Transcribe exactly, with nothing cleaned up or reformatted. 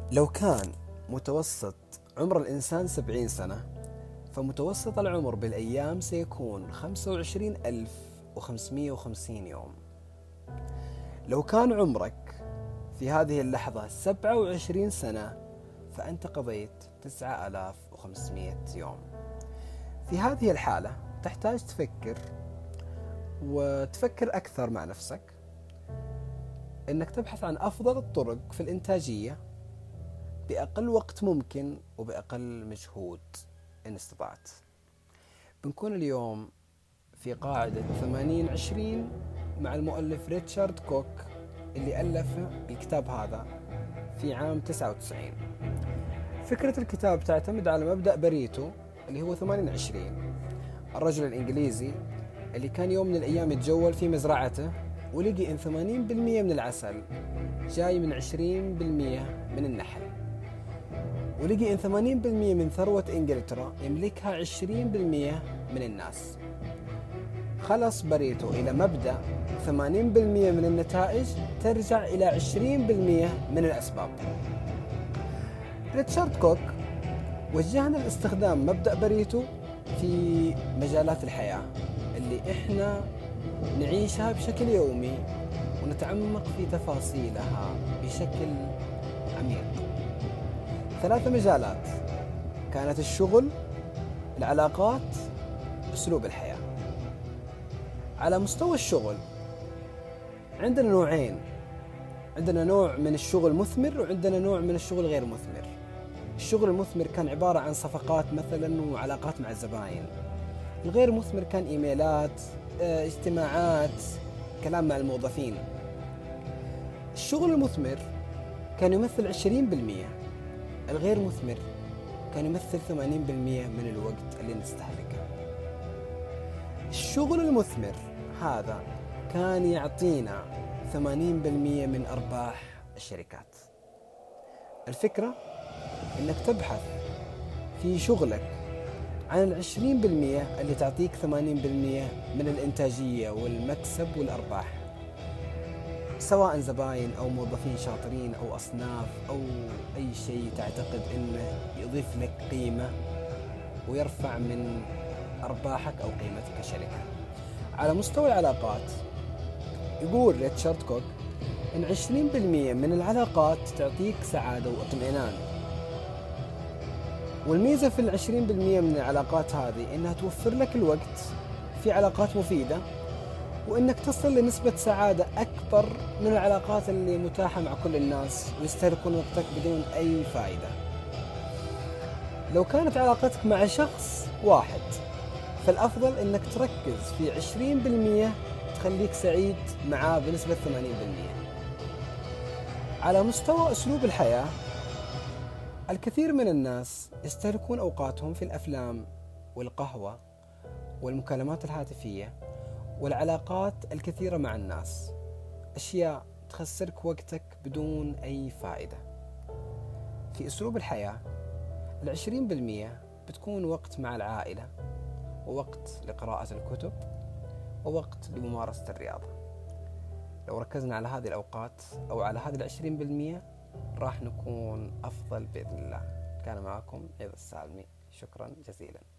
لو كان متوسط عمر الإنسان سبعين سنة، فمتوسط العمر بالأيام سيكون خمسة وعشرين ألف وخمسمائة وخمسين يوم. لو كان عمرك في هذه اللحظة سبعة وعشرين سنة، فأنت قضيت تسعة آلاف وخمسمائة يوم. في هذه الحالة تحتاج تفكر وتفكر أكثر مع نفسك، إنك تبحث عن أفضل الطرق في الإنتاجية بأقل وقت ممكن وبأقل مجهود إن استطعت. بنكون اليوم في قاعدة ثمانين عشرين مع المؤلف ريتشارد كوك اللي ألف الكتاب هذا في عام تسعة وتسعين. فكرة الكتاب تعتمد على مبدأ باريتو اللي هو ثمانين عشرين. الرجل الإنجليزي اللي كان يوم من الأيام يتجول في مزرعته ولقي إن ثمانين بالمئة من العسل جاي من عشرين بالمئة من النحل، ولقي إن ثمانين بالمئة من ثروة إنجلترا يملكها عشرين بالمئة من الناس. خلص باريتو إلى مبدأ ثمانين بالمئة من النتائج ترجع إلى عشرين بالمئة من الأسباب. ريتشارد كوك وجهنا لاستخدام مبدأ باريتو في مجالات الحياة اللي إحنا نعيشها بشكل يومي ونتعمق في تفاصيلها بشكل عميق. ثلاث مجالات كانت: الشغل، العلاقات، أسلوب الحياة. على مستوى الشغل عندنا نوعين: عندنا نوع من الشغل مثمر وعندنا نوع من الشغل غير مثمر. الشغل المثمر كان عبارة عن صفقات مثلا وعلاقات مع الزبائن. الغير مثمر كان إيميلات، اجتماعات، كلام مع الموظفين. الشغل المثمر كان يمثل عشرين بالمئة، الغير مثمر كان يمثل ثمانين بالمئة من الوقت اللي نستهلكه. الشغل المثمر هذا كان يعطينا ثمانين بالمئة من أرباح الشركات. الفكرة إنك تبحث في شغلك عن العشرين بالمئة اللي تعطيك ثمانين بالمئة من الإنتاجية والمكسب والأرباح، سواء زباين أو موظفين شاطرين أو أصناف أو أي شيء تعتقد إنه يضيف لك قيمة ويرفع من أرباحك أو قيمتك كشركة. على مستوى العلاقات يقول ريتشارد كوك إن عشرين بالمئة من العلاقات تعطيك سعادة واطمئنان. والميزة في العشرين بالمئة من العلاقات هذه إنها توفر لك الوقت في علاقات مفيدة، وإنك تصل لنسبة سعادة أكبر من العلاقات اللي متاحة مع كل الناس ويستهلكون وقتك بدون أي فائدة. لو كانت علاقتك مع شخص واحد، فالأفضل إنك تركز في عشرين بالمئة تخليك سعيد معاه بنسبة ثمانين بالمئة. على مستوى أسلوب الحياة، الكثير من الناس يستهلكون أوقاتهم في الأفلام والقهوة والمكالمات الهاتفية والعلاقات الكثيرة مع الناس، أشياء تخسرك وقتك بدون أي فائدة. في أسلوب الحياة العشرين بالمئة بتكون وقت مع العائلة، ووقت لقراءة الكتب، ووقت لممارسة الرياضة. لو ركزنا على هذه الأوقات أو على هذه العشرين بالمئة راح نكون أفضل بإذن الله. كان معكم عيد السالمي، شكرا جزيلا.